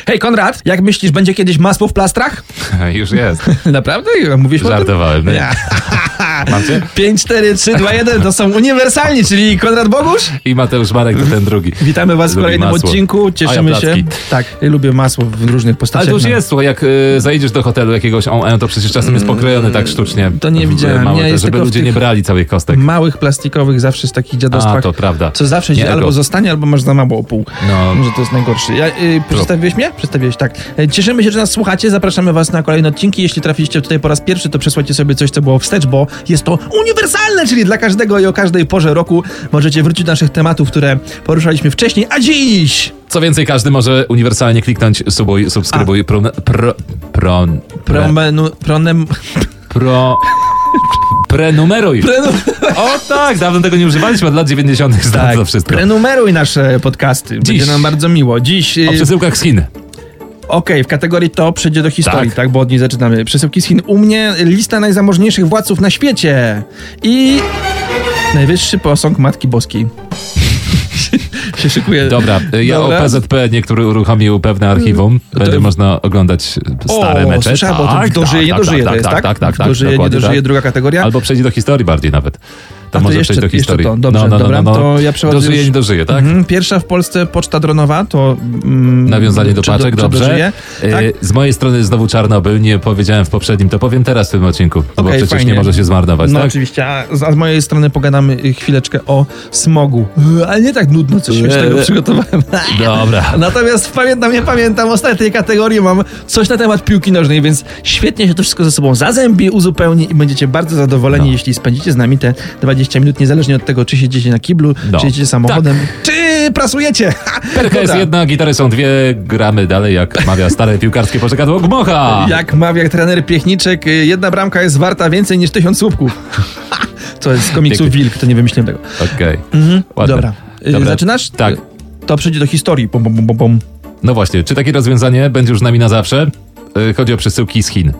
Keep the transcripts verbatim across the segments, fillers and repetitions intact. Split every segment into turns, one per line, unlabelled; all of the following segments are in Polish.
Hej Konrad, jak myślisz, będzie kiedyś masło w plastrach?
Już jest.
Naprawdę? Mówisz o tym?
Żartowałem. Nie? Mam cię?
pięć, cztery, trzy, dwa, jeden to są uniwersalni, czyli Konrad Bogusz
I Mateusz Marek to ten drugi.
Witamy was w
Lubi
kolejnym
masło.
odcinku,
A
cieszymy
ja
się.
placki.
Tak, ja lubię masło w różnych postaciach.
Ale to już
No.
jest, słuchaj, jak y, zajdziesz do hotelu jakiegoś on en, to przecież czasem jest pokrojony tak sztucznie.
To nie
w-
widziałem.
Małe,
Nie,
te,
jest
żeby
tylko w
ludzie
tych
nie brali całych kostek.
Małych, plastikowych, zawsze z takich dziadostwach.
A, to prawda.
Co zawsze
Nie
się albo
ego.
zostanie, albo masz za mało pół.
No.
Może to jest najgorszy. Ja, y, przedstawiłeś mnie? Przedstawiłeś, tak. Y, Cieszymy się, że nas słuchacie. Zapraszamy was na kolejne odcinki. Jeśli trafiliście tutaj po raz pierwszy, to przesłajcie sobie coś, co było wstecz, bo jest to uniwersalne, czyli dla każdego i o każdej porze roku możecie wrócić do naszych tematów, które poruszaliśmy wcześniej, a dziś...
Co więcej, każdy może uniwersalnie kliknąć subuj, subskrybuj, pro, pro, pro, pre,
Promenu, pronem...
pro, prenumeruj.
Prenu,
O tak, dawno tego nie używaliśmy, od lat dziewięćdziesiątych znam
tak,
to wszystko.
prenumeruj nasze podcasty. Będzie
Dziś.
nam bardzo miło. Dziś... y,
O przesyłkach z Chin.
Okej, w kategorii to przejdzie do historii, tak.
Tak.
Bo od niej zaczynamy. Przesyłki z Chin. U mnie lista najzamożniejszych władców na świecie. I najwyższy posąg Matki Boskiej. się szykuje.
Dobra, ja
Dobra.
o P Z P niektóry uruchomił pewne archiwum. Będzie
To-
można oglądać stare
o,
mecze.
Słyszałem o tym. Dożyje, nie dożyje to jest, tak?
Tak, tak, tak.
Dożyje, nie
dokładnie
dożyje,
tak.
druga kategoria.
Albo przejdzie do historii bardziej nawet. To
A to
może
jeszcze-
przejść do
jeszcze
historii.
to. Dobrze, dobra, to ja przechodzę
Dożyje,
już-
nie dożyje, tak?
Mhm. Pierwsza w Polsce poczta dronowa to... Mm,
Nawiązanie do
czy
paczek,
czy
dobrze.
dożyje?
Y,
Tak.
Z mojej strony znowu Czarnobyl, nie powiedziałem w poprzednim, to powiem teraz w tym odcinku, bo
Okej,
przecież
fajnie.
nie może się zmarnować,
No
tak?
oczywiście, a z, a z mojej strony pogadamy y, chwileczkę o smogu. Y, Ale nie tak nudno, coś śmiesznego
Eee.
przygotowałem.
Dobra.
Natomiast pamiętam, nie pamiętam, ostatniej tej kategorii mam coś na temat piłki nożnej, więc świetnie się to wszystko ze sobą zazębi, uzupełni i będziecie bardzo zadowoleni,
No.
jeśli spędzicie z nami te dwadzieścia minut, niezależnie od tego, czy siedzicie na kiblu,
No.
czy jedziecie samochodem, czy pracujecie.
Perka jest
Dobra.
jedna, gitary są dwie, gramy dalej, jak mawia stare piłkarskie poczekadło Gmocha.
Jak mawia trener Piechniczek, y, jedna bramka jest warta więcej niż tysiąc słupków. To jest z komiksu
Pięknie.
Wilk, to nie wymyśliłem tego.
Okej,
Mhm.
ładne.
Dobra. Y,
Dobra.
Zaczynasz?
Tak.
Y, To przejdzie do historii. Bum, bum, bum, bum, bum.
No właśnie, czy takie rozwiązanie będzie już z nami na zawsze? Yy, Chodzi o przesyłki z Chin,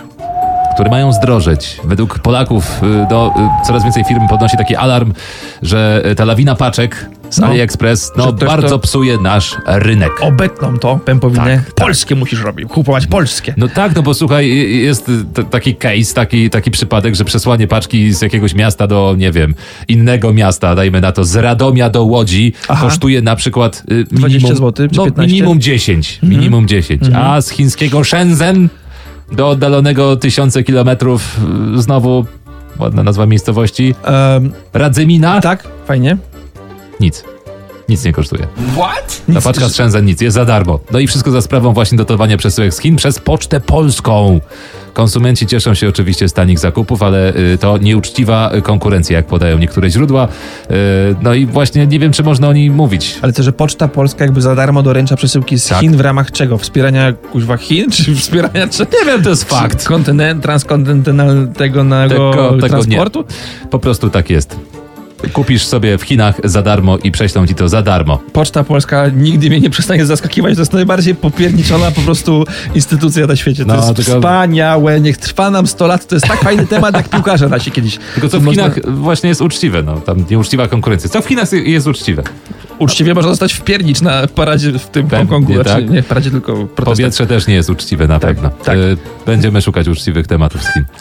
które mają zdrożeć. Według Polaków yy, do, yy, coraz więcej firm podnosi taki alarm, że yy, ta lawina paczek z
No.
AliExpress no,
Że ktoś
bardzo
to-
psuje nasz rynek.
Obetną to, pępowinę.
Tak, tak.
Polskie musisz robić, kupować polskie.
No tak, no bo słuchaj, y- jest t- taki case, taki, taki przypadek, że przesłanie paczki z jakiegoś miasta do, nie wiem, innego miasta, dajmy na to, z Radomia do Łodzi,
Aha.
kosztuje na przykład y,
dwadzieścia
minimum,
złotych czy
no,
piętnaście?
minimum dziesięć, minimum dziesięć, a z chińskiego Shenzhen do oddalonego tysiące kilometrów, y, znowu ładna nazwa miejscowości,
Um,
Radzymina,
tak, fajnie.
nic. Nic nie kosztuje.
What?
Ta paczka z Shenzhen nic, jest za darmo. No i wszystko za sprawą właśnie dotowania przesyłek z Chin przez Pocztę Polską. Konsumenci cieszą się oczywiście z tanich zakupów, ale y, to nieuczciwa y, konkurencja, jak podają niektóre źródła. Y, no i właśnie nie wiem, czy można o niej mówić.
Ale to, że Poczta Polska jakby za darmo doręcza przesyłki z
Tak.
Chin w ramach czego? Wspierania kuźwa Chin? Czy wspierania czy,
Nie wiem, to jest fakt.
kontynent, transkontynentalnego
Tego, tego
transportu?
nie. Po prostu tak jest. Kupisz sobie w Chinach za darmo i prześlą ci to za darmo.
Poczta Polska nigdy mnie nie przestanie zaskakiwać. To jest najbardziej popierniczona po prostu instytucja na świecie. To
No,
jest
tylko-
wspaniałe. Niech trwa nam sto lat. To jest tak fajny temat, jak piłkarze nasi kiedyś.
Tylko co w
Można-
Chinach właśnie jest uczciwe, no tam nieuczciwa konkurencja. Co w Chinach jest uczciwe?
Uczciwie można zostać w piernicz na paradzie w tym
Pewnie,
Hongkongu. Znaczy,
tak.
nie w paradzie, tylko w protestach.
Powietrze też nie jest uczciwe na
Tak,
pewno.
tak.
Y, Będziemy szukać uczciwych tematów z Chin.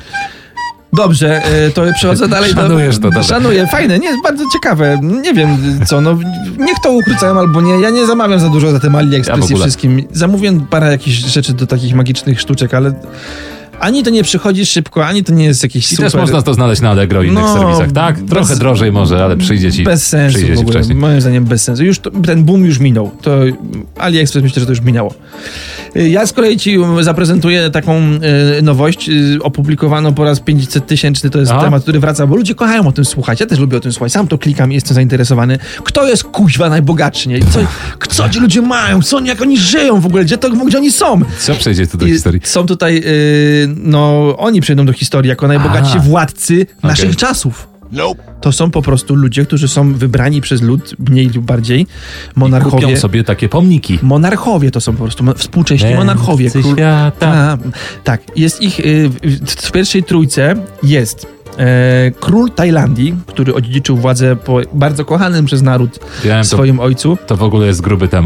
Dobrze, y, to przechodzę dalej.
Szanujesz to,
do...
dobra.
Szanuję, fajne, nie, bardzo ciekawe. Nie wiem co, no niech to ukrócają albo nie. Ja nie zamawiam za dużo za tym
Ja
AliExpress
w
i
ogóle.
wszystkim. Zamówię parę jakichś rzeczy do takich magicznych sztuczek, ale ani to nie przychodzi szybko, ani to nie jest jakieś
I
super...
też można to znaleźć na Allegro i innych
No,
serwisach, tak? Trochę
bez-
drożej może, ale przyjdzie ci,
Bez sensu
przyjdzie
w
ci
ogóle,
wcześniej.
moim zdaniem bez sensu. Już to, ten boom już minął. To AliExpress myślę, że to już minęło. Y, Ja z kolei ci zaprezentuję taką y, nowość y, opublikowaną po raz pięćset tysięczny. To jest
Aha.
temat, który wraca, bo ludzie kochają o tym słuchać. Ja też lubię o tym słuchać. Sam to klikam i jestem zainteresowany. Kto jest kuźwa najbogatszy? Nie? Co, co ci ludzie mają? Co, oni- jak oni żyją w ogóle? Gdzie, to, gdzie oni są?
Co przejdzie tu do
I
historii?
Są tutaj, y, no oni przejdą do historii jako najbogatsi
A.
władcy naszych
Okej.
czasów. To są po prostu ludzie, którzy są wybrani przez lud, mniej lub bardziej, monarchowie.
Kupią sobie takie pomniki.
Monarchowie to są po prostu, mo- współcześni monarchowie.
Mędrcy
Król-
świata.
A, tak, jest ich, y, w, w pierwszej trójce jest e, król Tajlandii, który odziedziczył władzę po bardzo kochanym przez naród
Wiem, to,
swoim ojcu.
to w ogóle jest gruby temat.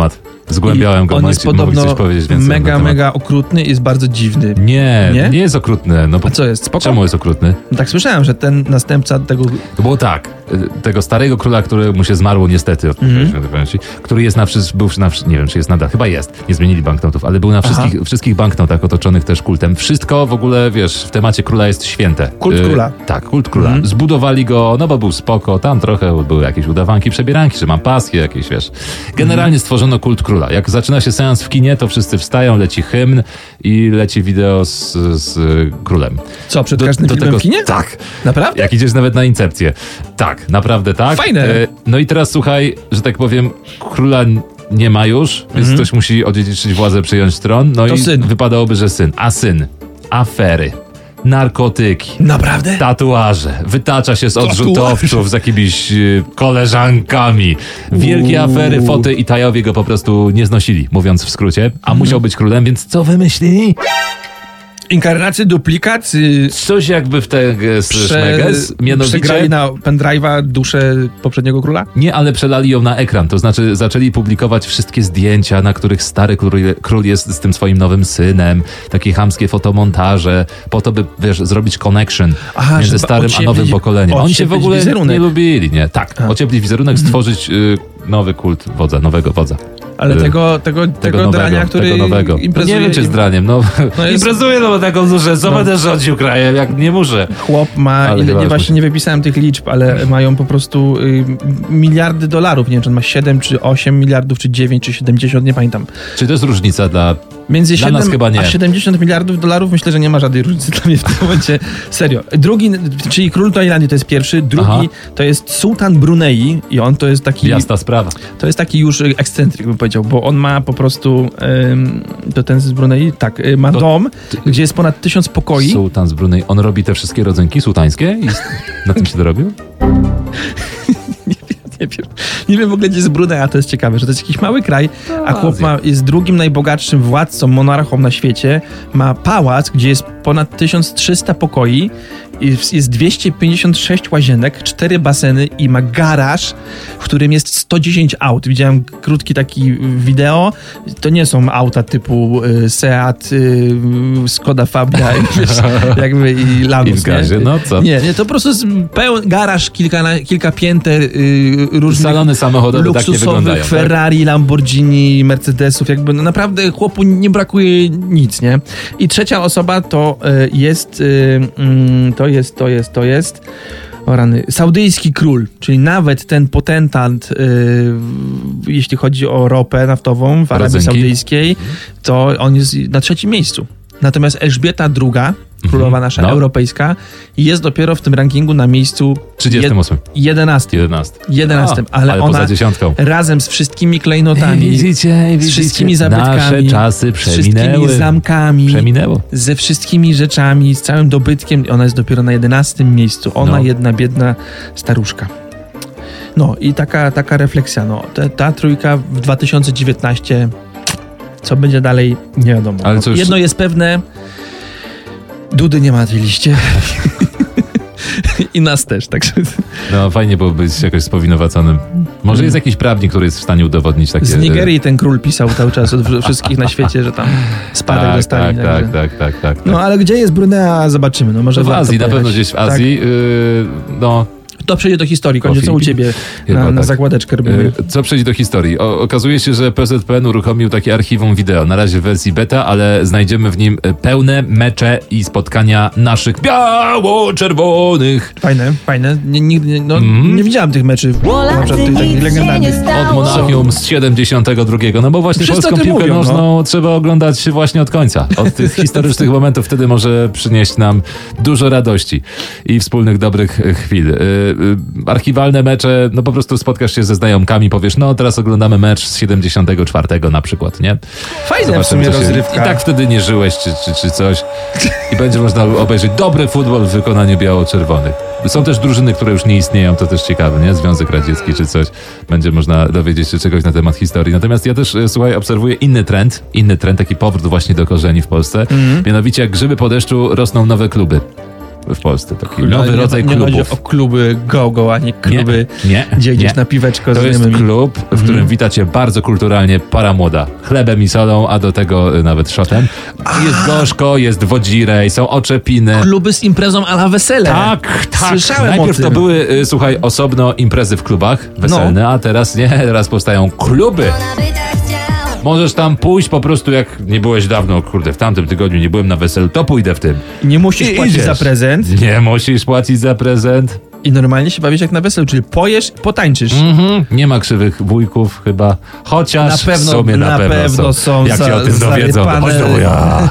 Zgłębiałem go,
on
mogę
jest
ci- mogę
podobno
coś powiedzieć więcej na
mega,
temat.
mega okrutny i jest bardzo dziwny.
Nie,
Nie?
nie, jest okrutny. No, bo
A co jest, spoko?
czemu jest okrutny?
No tak słyszałem, że ten następca tego...
To było tak, y, tego starego króla, który mu się zmarło niestety, od
Mhm.
świętej pamięci, który jest na wszystkich, był na, wszy- nie wiem czy jest nadal, chyba jest, nie zmienili banknotów, ale był na wszystkich, wszystkich banknotach otoczonych też kultem. Wszystko w ogóle, wiesz, w temacie króla jest święte.
Kult króla.
Tak, kult króla.
Mhm.
Zbudowali go, no bo był spoko, tam trochę były jakieś udawanki, przebieranki, że mam pasję jakieś, wiesz. Generalnie stworzono kult króla. Jak zaczyna się seans w kinie, to wszyscy wstają, leci hymn i leci wideo z, z królem.
Co, przed
Do-
każdym
do
filmem
tego-
w kinie?
Tak.
Naprawdę?
Jak idziesz nawet na incepcję. Tak, naprawdę tak.
Fajne.
E, No i teraz słuchaj, że tak powiem, króla n- nie ma już, więc ktoś musi odziedziczyć władzę, przyjąć tron. No
To
i
syn.
wypadałoby, że syn. A syn, afery, narkotyki,
Naprawdę?
tatuaże, wytacza się z
Tatuaże.
odrzutowców z jakimiś y, koleżankami. Wielkie
Uuu.
afery, foty i Tajowie go po prostu nie znosili, mówiąc w skrócie. A musiał być królem, więc co wymyślili?
Inkarnacy, duplikat, y,
Coś jakby w te szmeges, mianowicie...
przegrali na pendrive'a duszę poprzedniego króla?
Nie, ale przelali ją na ekran, to znaczy zaczęli publikować wszystkie zdjęcia, na których stary król, król jest z tym swoim nowym synem, takie chamskie fotomontaże, po to, by, wiesz, zrobić connection
Aha,
między
żeby
starym a
ocieplić-
nowym pokoleniem. Oni się w
ocieplić
ogóle
wizerunek.
nie lubili, nie? Tak,
A.
ocieplić wizerunek, stworzyć y, nowy kult wodza, nowego wodza.
Ale
Y,
tego, tego, tego,
Tego nowego,
drania, który
tego nowego. No
imprezuje...
nie wiem, czy z draniem, no.
No jest-
Imprezuję, no bo taką duszę, co
No.
będę rządził krajem, jak nie muszę.
Chłop ma,
Ale
ile,
chyba
nie,
już
właśnie
musi-
nie wypisałem tych liczb, ale mają po prostu y, miliardy dolarów. Nie wiem, czy on ma siedem, czy osiem miliardów, czy dziewięć, czy siedemdziesiąt, nie pamiętam.
Czy to jest różnica dla...
Między
Dla
siedem
nas chyba nie.
a siedemdziesiąt miliardów dolarów myślę, że nie ma żadnej różnicy dla mnie w tym momencie. Serio. Drugi, czyli król Tajlandii to jest pierwszy, drugi
Aha.
to jest sułtan Brunei i on to jest taki...
Jasna sprawa.
To jest taki już y, ekscentryk, bym powiedział, bo on ma po prostu, ym, to ten z Brunei, tak, y, ma
To-
dom, gdzie jest ponad tysiąc pokoi.
Sułtan z Brunei. On robi te wszystkie rodzynki sułtańskie i s- na tym się dorobił?
Nie wiem, nie wiem w ogóle, gdzie jest Brunei, a to jest ciekawe, że to jest jakiś mały kraj, a chłop ma, jest drugim najbogatszym władcą, monarchą na świecie, ma pałac, gdzie jest ponad tysiąc trzysta pokoi, jest jest dwieście pięćdziesiąt sześć łazienek, cztery baseny i ma garaż, w którym jest sto dziesięć aut. Widziałem krótki taki wideo. To nie są auta typu y, Seat, y, Skoda Fabia i, wiesz, jakby i Lanos.
I w gazie,
nie?
no co?
Nie, nie, to po prostu jest pełen garaż, kilka, na- kilka pięter y, różnych
Salony samochodowe tak nie
luksusowych
wyglądają. Tak?
Ferrari, Lamborghini, Mercedesów, jakby no naprawdę chłopu nie brakuje nic, nie? I trzecia osoba to y, jest, y, mm, to jest, to jest, to jest o rany, saudyjski król, czyli nawet ten potentat, y, jeśli chodzi o ropę naftową w Arabii
Rodzynki.
Saudyjskiej, to on jest na trzecim miejscu. Natomiast Elżbieta druga, królowa nasza
No.
europejska, jest dopiero w tym rankingu na miejscu
trzydziestym ósmym.
jedenastym.
jedenastym.
jedenastym,
A,
ale,
ale
ona
poza dziesiątką.
razem z wszystkimi klejnotami,
Widzicie,
z wszystkimi zabytkami,
Nasze czasy
z wszystkimi
przeminęły.
zamkami,
Przeminęło.
ze wszystkimi rzeczami, z całym dobytkiem. Ona jest dopiero na jedenastym miejscu. Ona,
No.
jedna biedna staruszka. No i taka, taka refleksja. No, ta, ta trójka w dwa tysiące dziewiętnastym, co będzie dalej, nie wiadomo.
Ale co już-
Jedno jest pewne, Dudy nie ma na tej liście. I nas też, także
No fajnie byłoby być jakoś spowinowaconym. Może jest jakiś prawnik, który jest w stanie udowodnić takie...
z Nigerii ten król pisał cały czas od wszystkich na świecie, że tam spadek
tak,
dostali.
tak,
także-
tak, tak, tak, tak.
No ale gdzie jest Brunea? Zobaczymy. No, może
To w
warto
Azji, na
pojechać.
pewno gdzieś w
Tak.
Azji. Yy, no,
To przejdzie do historii. Kończę, co u ciebie
Chyba
na, na
tak.
zakładeczkę robimy.
Yy, Co przejdzie do historii? O, okazuje się, że P Z P N uruchomił takie archiwum wideo, na razie w wersji beta, ale znajdziemy w nim pełne mecze i spotkania naszych biało-czerwonych.
Fajne, fajne. Nie, nigdy, nie- no,
Mhm.
nie widziałem tych meczy, na przykład tych takich legendarnych.
Od Monachium z siedemdziesiątego drugiego. No bo właśnie
Wszyscy
polską
o tym
piłkę
mówią,
nożną trzeba oglądać właśnie od końca. Od tych historycznych momentów wtedy może przynieść nam dużo radości i wspólnych dobrych e, chwil. Yy, yy, archiwalne mecze, no po prostu spotkasz się ze znajomkami, powiesz, no teraz oglądamy mecz z siedemdziesiątego czwartego na przykład, nie?
Fajne w
Zobaczymy,
sumie
co się-
rozrywka.
I tak wtedy nie żyłeś, czy, czy, czy coś. I będzie można obejrzeć dobry futbol w wykonaniu biało-czerwonych. Są też drużyny, które już nie istnieją, to też ciekawe, nie? Związek Radziecki czy coś. Będzie można dowiedzieć się czegoś na temat historii. Natomiast ja też, e, słuchaj, obserwuję inny trend, inny trend, taki powrót właśnie do korzeni w Polsce.
Mhm.
Mianowicie jak grzyby po deszczu rosną nowe kluby. w Polsce. Taki
No,
nowy
nie,
rodzaj
nie
klubów.
chodzi o kluby go-go, a nie kluby,
nie, nie,
gdzie idziesz
nie.
na piweczko
To
z
jest
znajomymi.
klub, w którym
Mhm.
wita cię bardzo kulturalnie para młoda. Chlebem i solą, a do tego y, nawet szotem. Jest gorzko, jest wodzirej, są oczepiny.
Kluby z imprezą a la wesele.
Tak, tak.
Słyszałem
Najpierw
o tym.
to były, y, słuchaj, osobno imprezy w klubach weselne,
No.
a teraz nie, teraz powstają kluby. Możesz tam pójść po prostu, jak nie byłeś dawno, kurde, w tamtym tygodniu nie byłem na weselu, to pójdę w tym.
Nie musisz
I
płacić
idziesz.
za prezent
Nie musisz płacić za prezent.
i normalnie się bawisz jak na weselu, czyli pojesz, potańczysz.
Mhm. Nie ma krzywych wujków chyba, chociaż
Na pewno-
w sumie na,
na
pewno,
pewno są
Jak
za-
się o tym dowiedzą, to
zarypane-
chodź do wuja.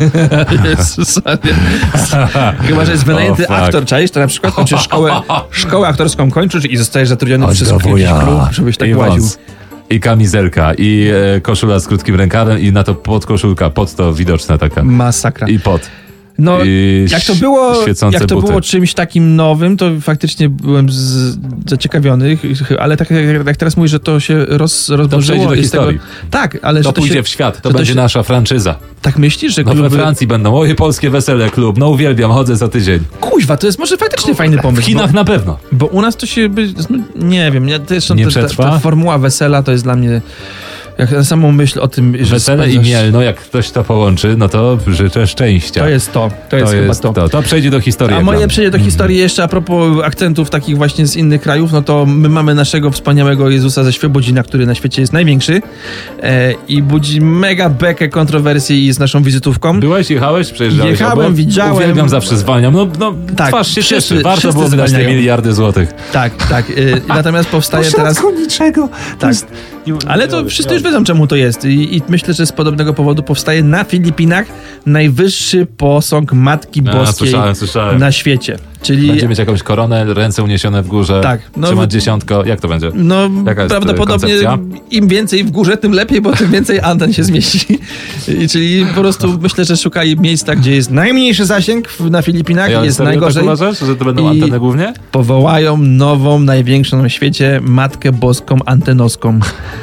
Jezus Maria. Chyba, że jest wynajęty
O, fuck.
aktor, czaisz? To na przykład kończysz szkołę, szkołę aktorską kończysz i zostajesz zatrudniony
Chodź
przez
do
jakiś
wuja.
klub, żebyś tak
I
łaził.
wąs. I kamizelka, i e, koszula z krótkim rękawem, i na to podkoszulka, pod to widoczna taka.
Masakra.
I pod.
No,
I
jak to
ś-
było,
świecące
jak to
buty.
było czymś takim nowym, to faktycznie byłem z, zaciekawiony, ale tak jak, jak teraz mówisz, że to się roz, rozmnożyło.
przejdzie do
i z tego-
historii.
Tak, ale
To
że to
pójdzie
się,
w świat, to
że
będzie
się,
nasza franczyza.
Tak myślisz, że
No we
kluby...
Francji będą, oj, polskie wesele klub, no uwielbiam, chodzę za tydzień.
Kuźwa, to jest może faktycznie fajny
W
pomysł.
Chinach na pewno.
Bo, bo u nas to się, by, no, nie wiem, nie, to jest,
Nie
ta, ta,
przetrwa?
ta formuła wesela to jest dla mnie, jak na samą myśl o tym, że
Wesele i
spędzasz-
Mielno, jak ktoś to połączy, no to życzę szczęścia.
To jest to, to jest
to
chyba
jest
to.
to. To przejdzie do historii.
A
jak
moje
dla
przejdzie do
mnie.
historii jeszcze a propos akcentów takich właśnie z innych krajów, no to my mamy naszego wspaniałego Jezusa ze Świebodzina, który na świecie jest największy e, i budzi mega bekę kontrowersji i jest naszą wizytówką.
Byłeś, jechałeś, przejeżdżałeś
Jechałem,
obok?
widziałem.
Uwielbiam, zawsze zwalniam. No, no
Tak,
twarz się
wszyscy-
cieszy. Warto
wszyscy
byłoby dać te
zwalniają.
miliardy złotych.
Tak, tak. E, natomiast powstaje teraz...
niczego.
Tak. Ale to wszyscy już wiedzą, czemu to jest. I, I myślę, że z podobnego powodu powstaje na Filipinach najwyższy posąg Matki
A,
Boskiej
słyszałem, słyszałem.
na świecie. Czyli
Będzie mieć jakąś koronę, ręce uniesione w górze,
Tak, no-
trzymać dziesiątko. Jak to będzie?
no
Jaka jest, e,
prawdopodobnie
koncepcja?
im więcej w górze, tym lepiej, bo tym więcej anten się zmieści. I, czyli po prostu myślę, że szukali miejsca, gdzie jest najmniejszy zasięg w- na Filipinach
Ej,
i
ale
jest
serio
najgorzej.
Tak uważasz, że to będą
I-
anteny głównie?
Powołają nową, największą na świecie Matkę Boską Antenoską.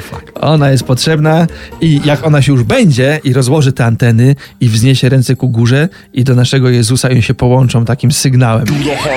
Ona jest potrzebna i jak ona się już będzie i rozłoży te anteny i wzniesie ręce ku górze i do naszego Jezusa i się połączą takim sygnałem.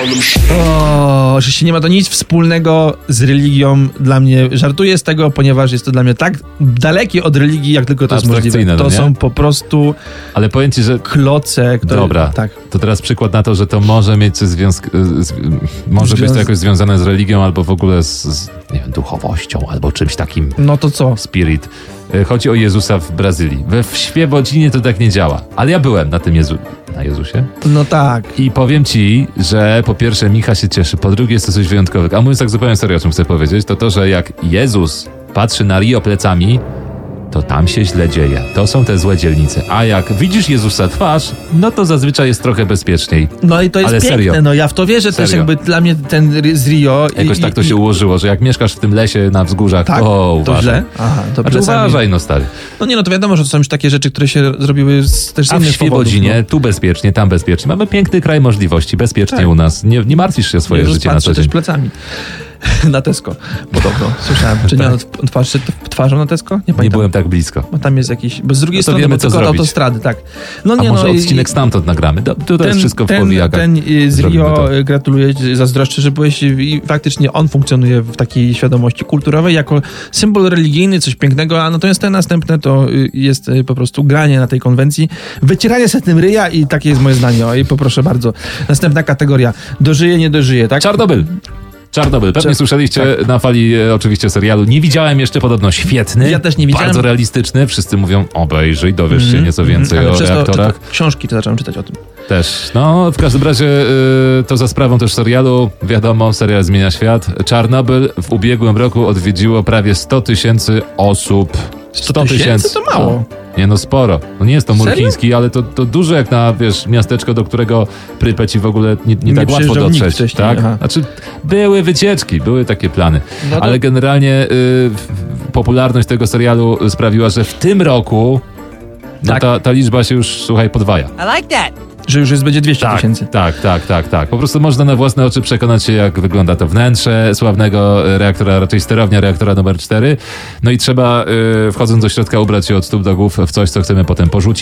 O, oczywiście nie ma to nic wspólnego z religią dla mnie. Żartuję z tego, ponieważ jest to dla mnie tak dalekie od religii, jak tylko to jest możliwe.
Abstrakcyjne, no
To
nie?
są po prostu
Ale powiem ci, że
kloce, które...
Dobra,
Tak.
to teraz przykład na to, że to może mieć coś związk... z... może być
Związ-
to jakoś związane z religią albo w ogóle z, z nie wiem, duchowością albo czymś takim.
No to co?
Spirit. E, Chodzi o Jezusa w Brazylii. We w Świebodzinie to tak nie działa. Ale ja byłem na tym Jezu... na Jezusie.
No tak.
I powiem ci, że po pierwsze Micha się cieszy, po drugie jest to coś wyjątkowego. A mówiąc tak zupełnie serio, o czym chcę powiedzieć, to to, że jak Jezus patrzy na Rio plecami, to tam się źle dzieje. To są te złe dzielnice. A jak widzisz Jezusa twarz, no to zazwyczaj jest trochę bezpieczniej.
No i to jest
Ale
piękne,
serio.
no ja w to wierzę też
Serio.
jakby dla mnie ten ry- z Rio... i-
Jakoś
i-
tak to
i-
się ułożyło, że jak mieszkasz w tym lesie na wzgórzach,
Tak,
to
to
uważaj.
źle? Aha, to
Znaczy
plecami.
uważaj, no stary.
No nie, no to wiadomo, że to są już takie rzeczy, które się zrobiły z, też z
A w
innych
Świebodzinie,
powodów.
tu bezpiecznie, tam bezpiecznie. Mamy piękny kraj możliwości, bezpiecznie
Tak.
u nas. Nie, nie martwisz się o swoje
Jezus
życie na
patrzy
co
też
dzień.
plecami. Na Tesco. Podobno. Słyszałem. Czy nie, on on patrzy t- twarzą na Tesco? Nie pamiętam.
Nie byłem tak blisko.
Bo tam jest jakiś... Bo z drugiej
No to
strony,
wiemy,
bo
co
tylko od
zrobić.
autostrady, tak. No
A
nie,
może
no, i-
odcinek stamtąd nagramy. Do, to jest wszystko w
ten,
powijakach.
ten y, z
Zrobimy
Rio
to.
y, gratuluję, ci, zazdroszczę, że byłeś i faktycznie on funkcjonuje w takiej świadomości kulturowej jako symbol religijny, coś pięknego, a natomiast te następne to y, jest y, po prostu granie na tej konwencji, wycieranie se tym ryja i takie jest moje zdanie. O, i poproszę bardzo. Następna kategoria. Dożyje, nie dożyje, tak?
Czarnobyl. Czarnobyl. Pewnie
Czar-
słyszeliście na fali e, oczywiście serialu. Nie widziałem jeszcze, podobno świetny.
Ja też nie widziałem.
Bardzo realistyczny. Wszyscy mówią, obejrzyj, dowiesz się
Mhm,
nieco
mhm.
więcej
Ale
o
przez to
reaktorach.
czyta- książki to zacząłem czytać o tym.
Też. No, w każdym razie y, to za sprawą też serialu. Wiadomo, serial zmienia świat. Czarnobyl w ubiegłym roku odwiedziło prawie sto tysięcy osób.
sto tysięcy to mało.
No. Nie no, sporo. No nie jest to mur
Serio?
chiński, ale to, to dużo jak na, wiesz, miasteczko, do którego Prypeci w ogóle nie, nie,
Nie
tak łatwo
przyjeżdżał nikt
dotrzeć.
wcześniej,
Tak?
aha.
Znaczy, były wycieczki, były takie plany.
No to-
Ale generalnie y, popularność tego serialu sprawiła, że w tym roku no
Tak.
ta, ta liczba się już, słuchaj, podwaja.
I like that.
Że już jest będzie dwieście
Tak,
tysięcy.
tak, tak, tak, tak. Po prostu można na własne oczy przekonać się, jak wygląda to wnętrze sławnego reaktora, raczej sterownia reaktora numer cztery. No i trzeba, y, wchodząc do środka, ubrać się od stóp do głów w coś, co chcemy potem porzucić.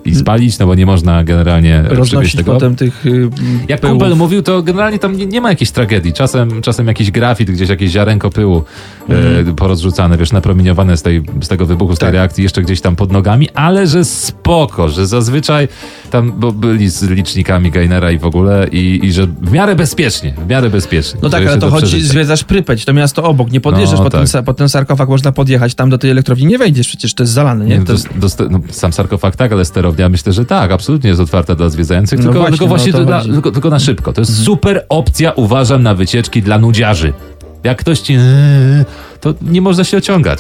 i spalić, no bo nie można generalnie przywieźć
Roznosić
tego.
potem tych y,
Jak
pyłów.
kumpel mówił, to generalnie tam nie, nie ma jakiejś tragedii. Czasem, czasem jakiś grafit, gdzieś jakieś ziarenko pyłu
Mhm.
e, porozrzucane, wiesz, napromieniowane z, tej, z tego wybuchu, z tej
Tak.
reakcji, jeszcze gdzieś tam pod nogami, ale że spoko, że zazwyczaj tam bo byli z licznikami Gainera i w ogóle i, i że w miarę bezpiecznie, w miarę bezpiecznie.
No tak,
Że
ale
się
to chodzi,
przeżycia.
zwiedzasz Prypeć, to miasto obok, nie podjeżdżasz
No,
po, ten,
tak.
sa- po ten sarkofag, można podjechać tam do tej elektrowni, nie wejdziesz, przecież to jest zalane, nie?
Nie,
To,
do, do, ste- no, sam sarkofag tak, ale sterownia myślę, że tak, absolutnie jest otwarta dla zwiedzających,
No
tylko
właśnie,
tylko, właśnie
no o to
dla,
chodzi.
tylko, tylko na szybko. To jest super opcja, uważam, na wycieczki dla nudziarzy. Jak ktoś ci... eee, to nie można się ociągać.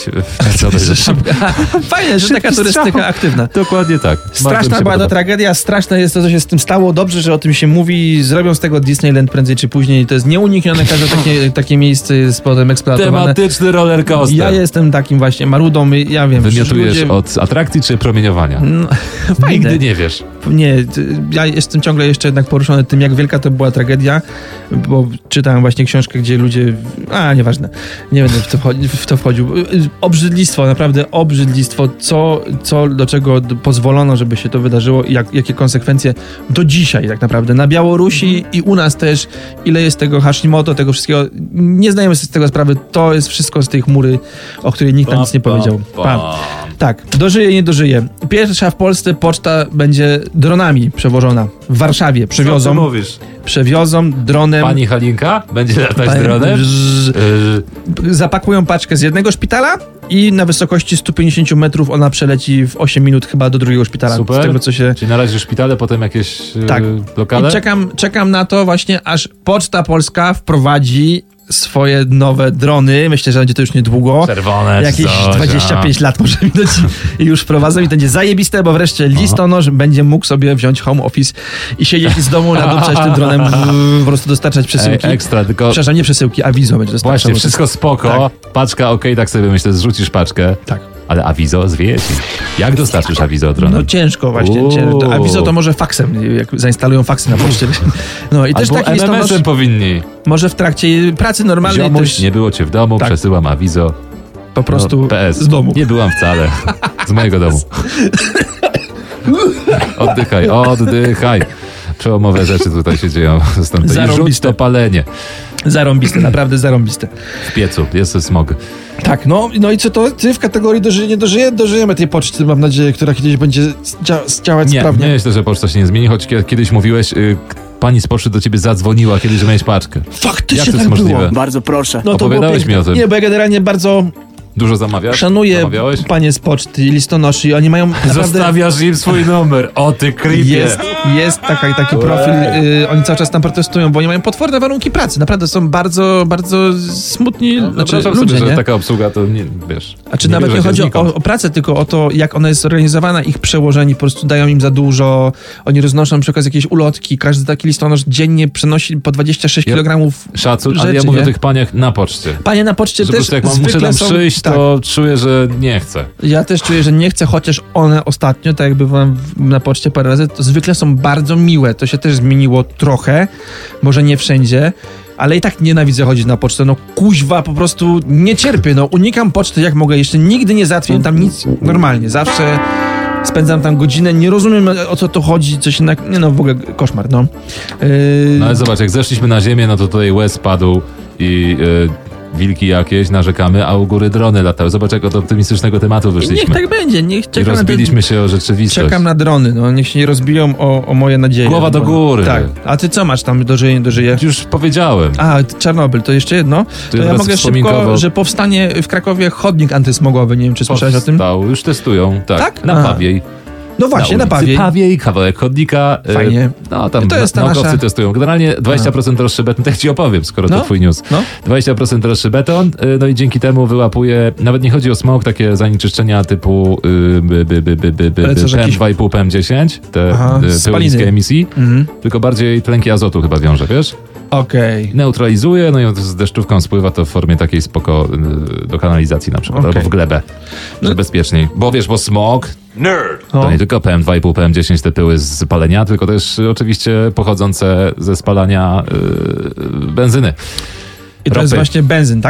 Fajne, że taka
Szybki
turystyka
strzał.
aktywna.
Dokładnie tak. Bardzo mi
Straszna
się
była to
podoba.
tragedia, straszne jest to, co się z tym stało. Dobrze, że o tym się mówi. Zrobią z tego Disneyland prędzej czy później. To jest nieuniknione, każde takie, takie miejsce jest potem eksploatowane.
Tematyczny roller coaster.
Ja jestem takim właśnie marudą, ja wiem.
Wymiotujesz
ludzie-
od atrakcji czy promieniowania?
No, fajne.
Nigdy nie wiesz.
Nie, ty- ja jestem ciągle jeszcze jednak poruszony tym, jak wielka to była tragedia, bo czytałem właśnie książkę, gdzie ludzie... A, nieważne. Nie będę w to, wchodzi, w to wchodził. Obrzydlistwo, naprawdę obrzydlistwo. Co, co do czego d- pozwolono, żeby się to wydarzyło i jak, jakie konsekwencje do dzisiaj tak naprawdę. Na Białorusi i u nas też. Ile jest tego Hashimoto, tego wszystkiego. Nie zdajemy sobie z tego sprawy. To jest wszystko z tej chmury, o której nikt nam nic nie powiedział. Pam. Tak, dożyje, nie dożyje. Pierwsza w Polsce poczta będzie dronami przewożona. W Warszawie przewiozą,
mówisz?
przewiozą dronem.
Pani Halinka będzie latać
Pani-
dronem?
Ż-
Yy,
Zapakują paczkę z jednego szpitala i na wysokości stu pięćdziesięciu metrów ona przeleci w osiem minut chyba do drugiego szpitala.
Super.
Z tego, co się...
Czyli na razie szpitale, potem jakieś yy,
Tak.
lokale?
I czekam, czekam na to właśnie, aż Poczta Polska wprowadzi swoje nowe drony. Myślę, że będzie to już niedługo.
Czerwone,
Jakieś
coś,
dwadzieścia pięć
a.
lat może minąć i już wprowadzą i to będzie zajebiste, bo wreszcie listonosz będzie mógł sobie wziąć home office i siedzieć z domu, nadupczać tym dronem, w- po prostu dostarczać przesyłki.
Ej, ekstra, tylko
Przepraszam, nie przesyłki, awizo będzie dostarczał.
właśnie, wszystko spoko, paczka okej, tak sobie myślę, zrzucisz paczkę,
Tak.
ale awizo zwieje ci. Jak dostarczysz awizo dronem?
No ciężko właśnie,
Uuu.
ciężko. Awizo to może faksem, jak zainstalują faksy na poczcie. No i też
Albo
taki
M M S-em
listonosz
powinni.
może w trakcie pracy normalnej
Ziomuś,
też
nie było cię w domu,
Tak.
przesyłam awizo.
po prostu
No, P S.
z domu.
Nie byłam wcale. Z mojego domu. Oddychaj, oddychaj. Przełomowe rzeczy tutaj się dzieją. Stąd to i rzuć
Zarąbiste.
to palenie
Zarąbiste, naprawdę zarąbiste.
w piecu. Jest smog.
Tak, no, no i co to? Ty w kategorii dożyje, nie dożyje? Dożyjemy tej poczty, mam nadzieję, która kiedyś będzie dzia- działać
Nie,
sprawnie.
nie myślę, że poczta się nie zmieni, choć kie- kiedyś mówiłeś, y, k- pani z poczty do ciebie zadzwoniła kiedyś, że miałeś paczkę.
Faktycznie
Jak to jest
tak
możliwe?
było.
Bardzo proszę.
No to było
Opowiadałeś
piękne.
mi o tym.
Nie, bo ja generalnie bardzo
Dużo zamawiasz?
szanuję
Zamawiałeś?
panie z poczty i listonoszy i oni mają naprawdę...
Zostawiasz im swój numer. O ty creepie.
Jest, jest taka, taki profil, y, oni cały czas tam protestują, bo oni mają potworne warunki pracy, naprawdę są bardzo, bardzo smutni
No,
znaczy,
wyobrażam
ludzie,
sobie,
nie?
że taka obsługa to nie, wiesz...
A czy nawet
bierze
nie
się
chodzi o,
znikąd.
o pracę, tylko o to, jak ona jest zorganizowana, ich przełożeni po prostu dają im za dużo, oni roznoszą przy okazji jakieś ulotki, każdy taki listonosz dziennie przenosi po dwadzieścia sześć
Ja-
kilogramów
Szacun, ale ja
rzeczy,
mówię
nie?
o tych paniach na poczcie.
Panie na poczcie
Że po
też
prostu jak mam, muszę
zwykle
tam
są...
przyjść,
tak.
to czuję, że nie chcę.
Ja też czuję, że nie chcę, chociaż one ostatnio, tak jak bywałem w- na poczcie parę razy, to zwykle są bardzo miłe. To się też zmieniło trochę, może nie wszędzie, ale i tak nienawidzę chodzić na pocztę. No kuźwa, po prostu nie cierpię. No unikam poczty jak mogę. Jeszcze nigdy nie załatwiłem tam nic normalnie. Zawsze spędzam tam godzinę, nie rozumiem o co to chodzi, coś jednak, nie no w ogóle koszmar, no. Yy,
No ale zobacz, jak zeszliśmy na ziemię, no to tutaj łez padł i y, wilki jakieś, narzekamy, a u góry drony latały. Zobacz, jak od optymistycznego tematu
niech
wyszliśmy.
tak będzie, niech
I
czekam na te...
rozbiliśmy się o rzeczywistość.
Czekam na drony, no niech się nie rozbiją o, o moje nadzieje.
Głowa do
Bo-
góry.
Tak. A ty co masz tam, dożyje, nie dożyje?
Już powiedziałem.
A, Czarnobyl, to jeszcze jedno. To ja
teraz
mogę szybko,
wspominkowo-
że powstanie w Krakowie chodnik antysmogowy. Nie wiem, czy słyszałeś o tym?
Powstał, już testują. Tak,
Tak?
na
Aha.
Pawiej.
No właśnie, na
ulicy
Pawiej.
Pawiej, kawałek chodnika. y,
Fajnie.
No tam
I to jest ta
naukowcy
nasza-
testują. Generalnie dwadzieścia procent droższy beton, to ja ci opowiem, skoro
No.
to twój news.
No.
dwadzieścia procent droższy beton, y, no i dzięki temu wyłapuje, nawet nie chodzi o smog, takie zanieczyszczenia typu y, by, by, by, by, by, by,
Ale co, że
P M
jakiś-
dwa i pół, P M dziesięć, te
Aha,
y, pyły
spaliny.
niskiej emisji,
Mhm.
tylko bardziej tlenki azotu chyba wiąże, wiesz?
Okej.
Neutralizuje, no i z deszczówką spływa to w formie takiej spoko y, do kanalizacji na przykład,
Okej.
albo w glebę, że
No.
bezpieczniej. Bo wiesz, bo smog
O.
to nie tylko P M dwa i pół, P M dziesięć te pyły z palenia, tylko też y, oczywiście pochodzące ze spalania y, benzyny.
I to jest
ropy.
właśnie benzyn, tak?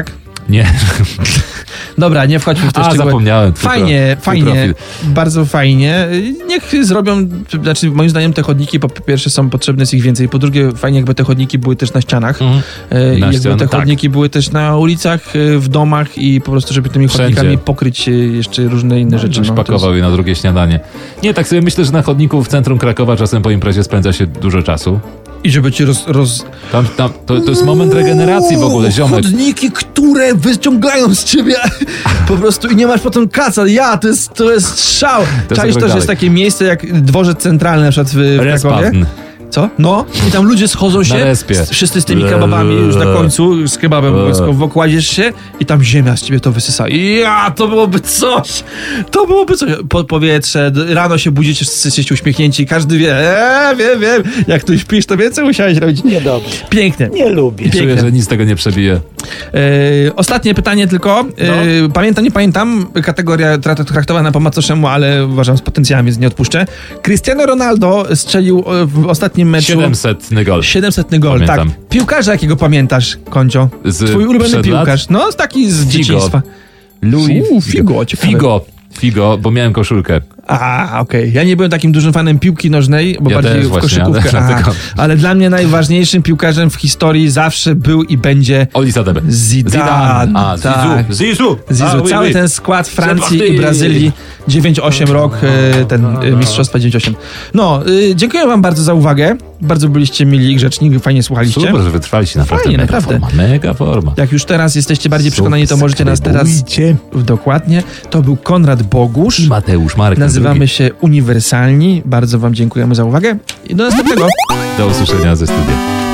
Nie.
Dobra, nie wchodźmy w te
A,
szczegóły.
zapomniałem. Twój
Fajnie,
pro,
fajnie,
profil.
bardzo fajnie. Niech zrobią, znaczy moim zdaniem te chodniki po pierwsze są potrzebne, jest ich więcej, po drugie fajnie jakby te chodniki były też na ścianach.
Mhm.
E, I
Na
jakby
ścian,
te
tak.
chodniki były też na ulicach, e, w domach i po prostu, żeby tymi
Wszędzie.
chodnikami pokryć e, jeszcze różne inne rzeczy.
Żebyś
No, to jest-
pakował je na drugie śniadanie. Nie, tak sobie myślę, że na chodniku w centrum Krakowa czasem po imprezie spędza się dużo czasu.
I żeby cię roz... roz...
Tam, tam, to, to jest moment regeneracji w ogóle, ziomek.
Chodniki, które wyciągają z ciebie po prostu i nie masz potem kaca. Ja, to jest, to jest szał.
To
Czaisz
jest
to, że jest
dalej.
takie miejsce jak dworzec centralny na przykład w, w Krakowie?
Respawn.
Co? No. I tam ludzie schodzą się,
respie.
z- wszyscy z tymi kebabami już na końcu, z kebabem obowiązkowo kładziesz się i tam ziemia z ciebie to wysysa. I ja, to byłoby coś! To byłoby coś. Po, powietrze, d- rano się budzicie, wszyscy jesteście uśmiechnięci, każdy wie, eee, wiem, wiem, jak tu śpisz, to więcej musiałeś robić.
Niedobrze.
Pięknie.
Nie lubię.
Piękne.
Czuję, że nic tego nie przebije.
E, ostatnie pytanie tylko. E, Pamiętam, nie pamiętam, kategoria tra- traktowana po macoszemu, ale uważam z potencjałem, więc nie odpuszczę. Cristiano Ronaldo strzelił e, w ostatnim meczu
siedemsetny gol.
siedemsetny gol,
Pamiętam.
tak. Piłkarza jakiego pamiętasz, Koncio?
Z
Twój ulubiony
przed lat?
piłkarz. No, taki z
Figo.
dzieciństwa.
Louis
Uu, Figo, ciekawe.
Figo. Figo, bo miałem koszulkę.
A, okej. Ja nie byłem takim dużym fanem piłki nożnej, bo
Ja
bardziej
też
w
właśnie,
koszykówkę.
ale
A,
dlatego-
ale dla mnie najważniejszym piłkarzem w historii zawsze był i będzie
Oli Sadebe.
Zidane.
A,
Tak.
Zizou. Zizou.
Zizou.
A, oui,
Cały
oui.
ten skład Francji
Sebastian.
i Brazylii dziewięć osiem rok, e, ten e, mistrzostwa dziewięć osiem. No, e, dziękuję wam bardzo za uwagę. Bardzo byliście mili i grzeczni, fajnie słuchaliście.
Super, że wytrwaliście, naprawdę.
Fajnie,
mega
naprawdę.
forma, mega forma.
Jak już teraz jesteście bardziej przekonani, to możecie nas teraz...
Subskrybujcie.
Dokładnie. To był Konrad Bogusz.
I Mateusz Marek. ten
Nazywamy
drugi.
się Uniwersalni. Bardzo wam dziękujemy za uwagę i do następnego.
Do usłyszenia ze studia.